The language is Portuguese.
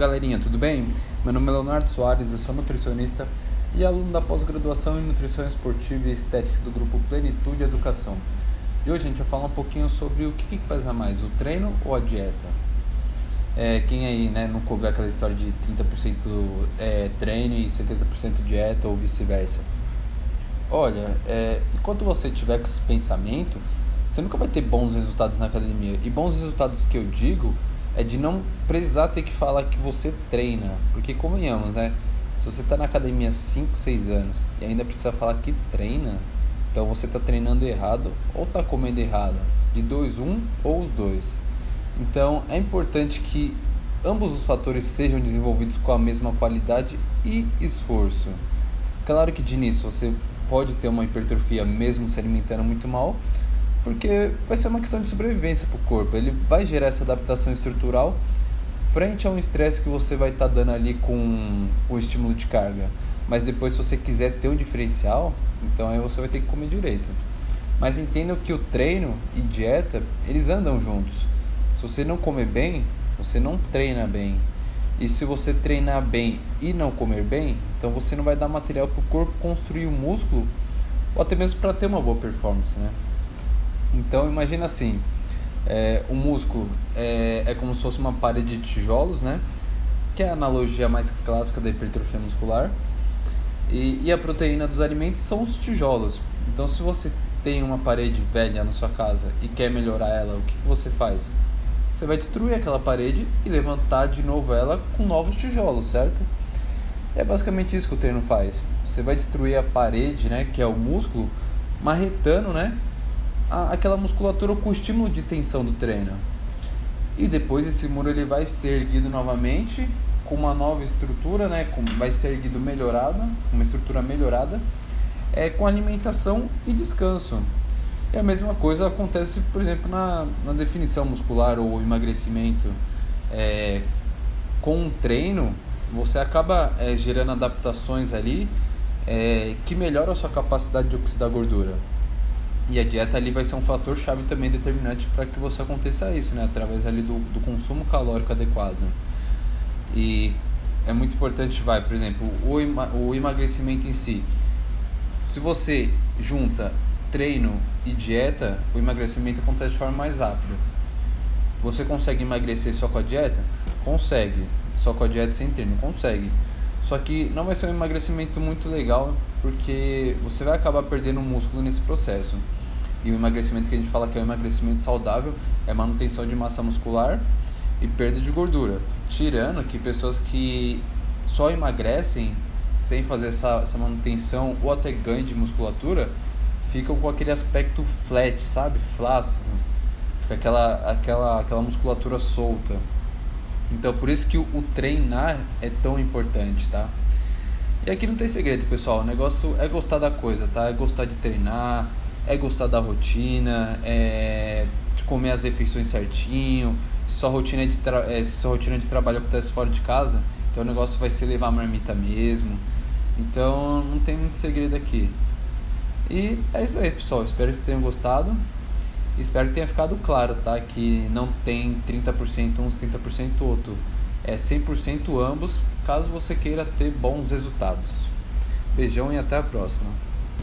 galerinha, tudo bem? Meu nome é Leonardo Soares, eu sou nutricionista e aluno da pós-graduação em Nutrição Esportiva e Estética do grupo Plenitude Educação. E hoje a gente vai falar um pouquinho sobre o que pesa mais, o treino ou a dieta. Quem aí nunca ouviu aquela história de 30% treino e 70% dieta ou vice-versa? Olha, enquanto você tiver com esse pensamento, você nunca vai ter bons resultados na academia. E bons resultados que eu digo é de não precisar ter que falar que você treina. Porque convenhamos, se você está na academia há 5, 6 anos e ainda precisa falar que treina, então você está treinando errado ou está comendo errado. De 2, 1 ou os dois. Então é importante que ambos os fatores sejam desenvolvidos com a mesma qualidade e esforço. Claro que de início você pode ter uma hipertrofia mesmo se alimentando muito mal, porque vai ser uma questão de sobrevivência para o corpo. Ele vai gerar essa adaptação estrutural frente a um estresse que você vai estar dando ali com o estímulo de carga. Mas depois, se você quiser ter um diferencial, então aí você vai ter que comer direito. Mas entendam que o treino e dieta, eles andam juntos. Se você não comer bem, você não treina bem. E se você treinar bem e não comer bem, então você não vai dar material para o corpo construir um músculo ou até mesmo para ter uma boa performance, Então imagina assim, o músculo é como se fosse uma parede de tijolos, que é a analogia mais clássica da hipertrofia muscular, e a proteína dos alimentos são os tijolos. Então se você tem uma parede velha na sua casa e quer melhorar ela, o que você faz? Você vai destruir aquela parede e levantar de novo ela com novos tijolos, certo? É basicamente isso que o treino faz. Você vai destruir a parede, que é o músculo, marretando, aquela musculatura com o estímulo de tensão do treino. E depois esse muro ele vai ser erguido novamente com uma nova estrutura, vai ser erguido melhorada, uma estrutura melhorada, com alimentação e descanso. E a mesma coisa acontece, por exemplo, na definição muscular ou emagrecimento. Com o treino, você acaba gerando adaptações ali que melhoram a sua capacidade de oxidar gordura. E a dieta ali vai ser um fator chave também determinante para que você aconteça isso, através ali do consumo calórico adequado. E é muito importante, por exemplo, o emagrecimento em si. Se você junta treino e dieta, o emagrecimento acontece de forma mais rápida. Você consegue emagrecer só com a dieta? Consegue. Só com a dieta sem treino? Consegue. Só que não vai ser um emagrecimento muito legal, porque você vai acabar perdendo músculo nesse processo. E o emagrecimento que a gente fala que é um emagrecimento saudável é manutenção de massa muscular e perda de gordura. Tirando que pessoas que só emagrecem sem fazer essa manutenção ou até ganho de musculatura ficam com aquele aspecto flat, flácido. Fica aquela musculatura solta. Então por isso que o treinar é tão importante, E aqui não tem segredo, pessoal. O negócio é gostar da coisa, É gostar de treinar, é gostar da rotina, de comer as refeições certinho. Se sua rotina de trabalho acontece fora de casa, então o negócio vai ser levar a marmita mesmo. Então não tem muito segredo aqui. E é isso aí, pessoal. Espero que vocês tenham gostado. Espero que tenha ficado claro, que não tem 30% uns, 30% outro. É 100% ambos, caso você queira ter bons resultados. Beijão e até a próxima.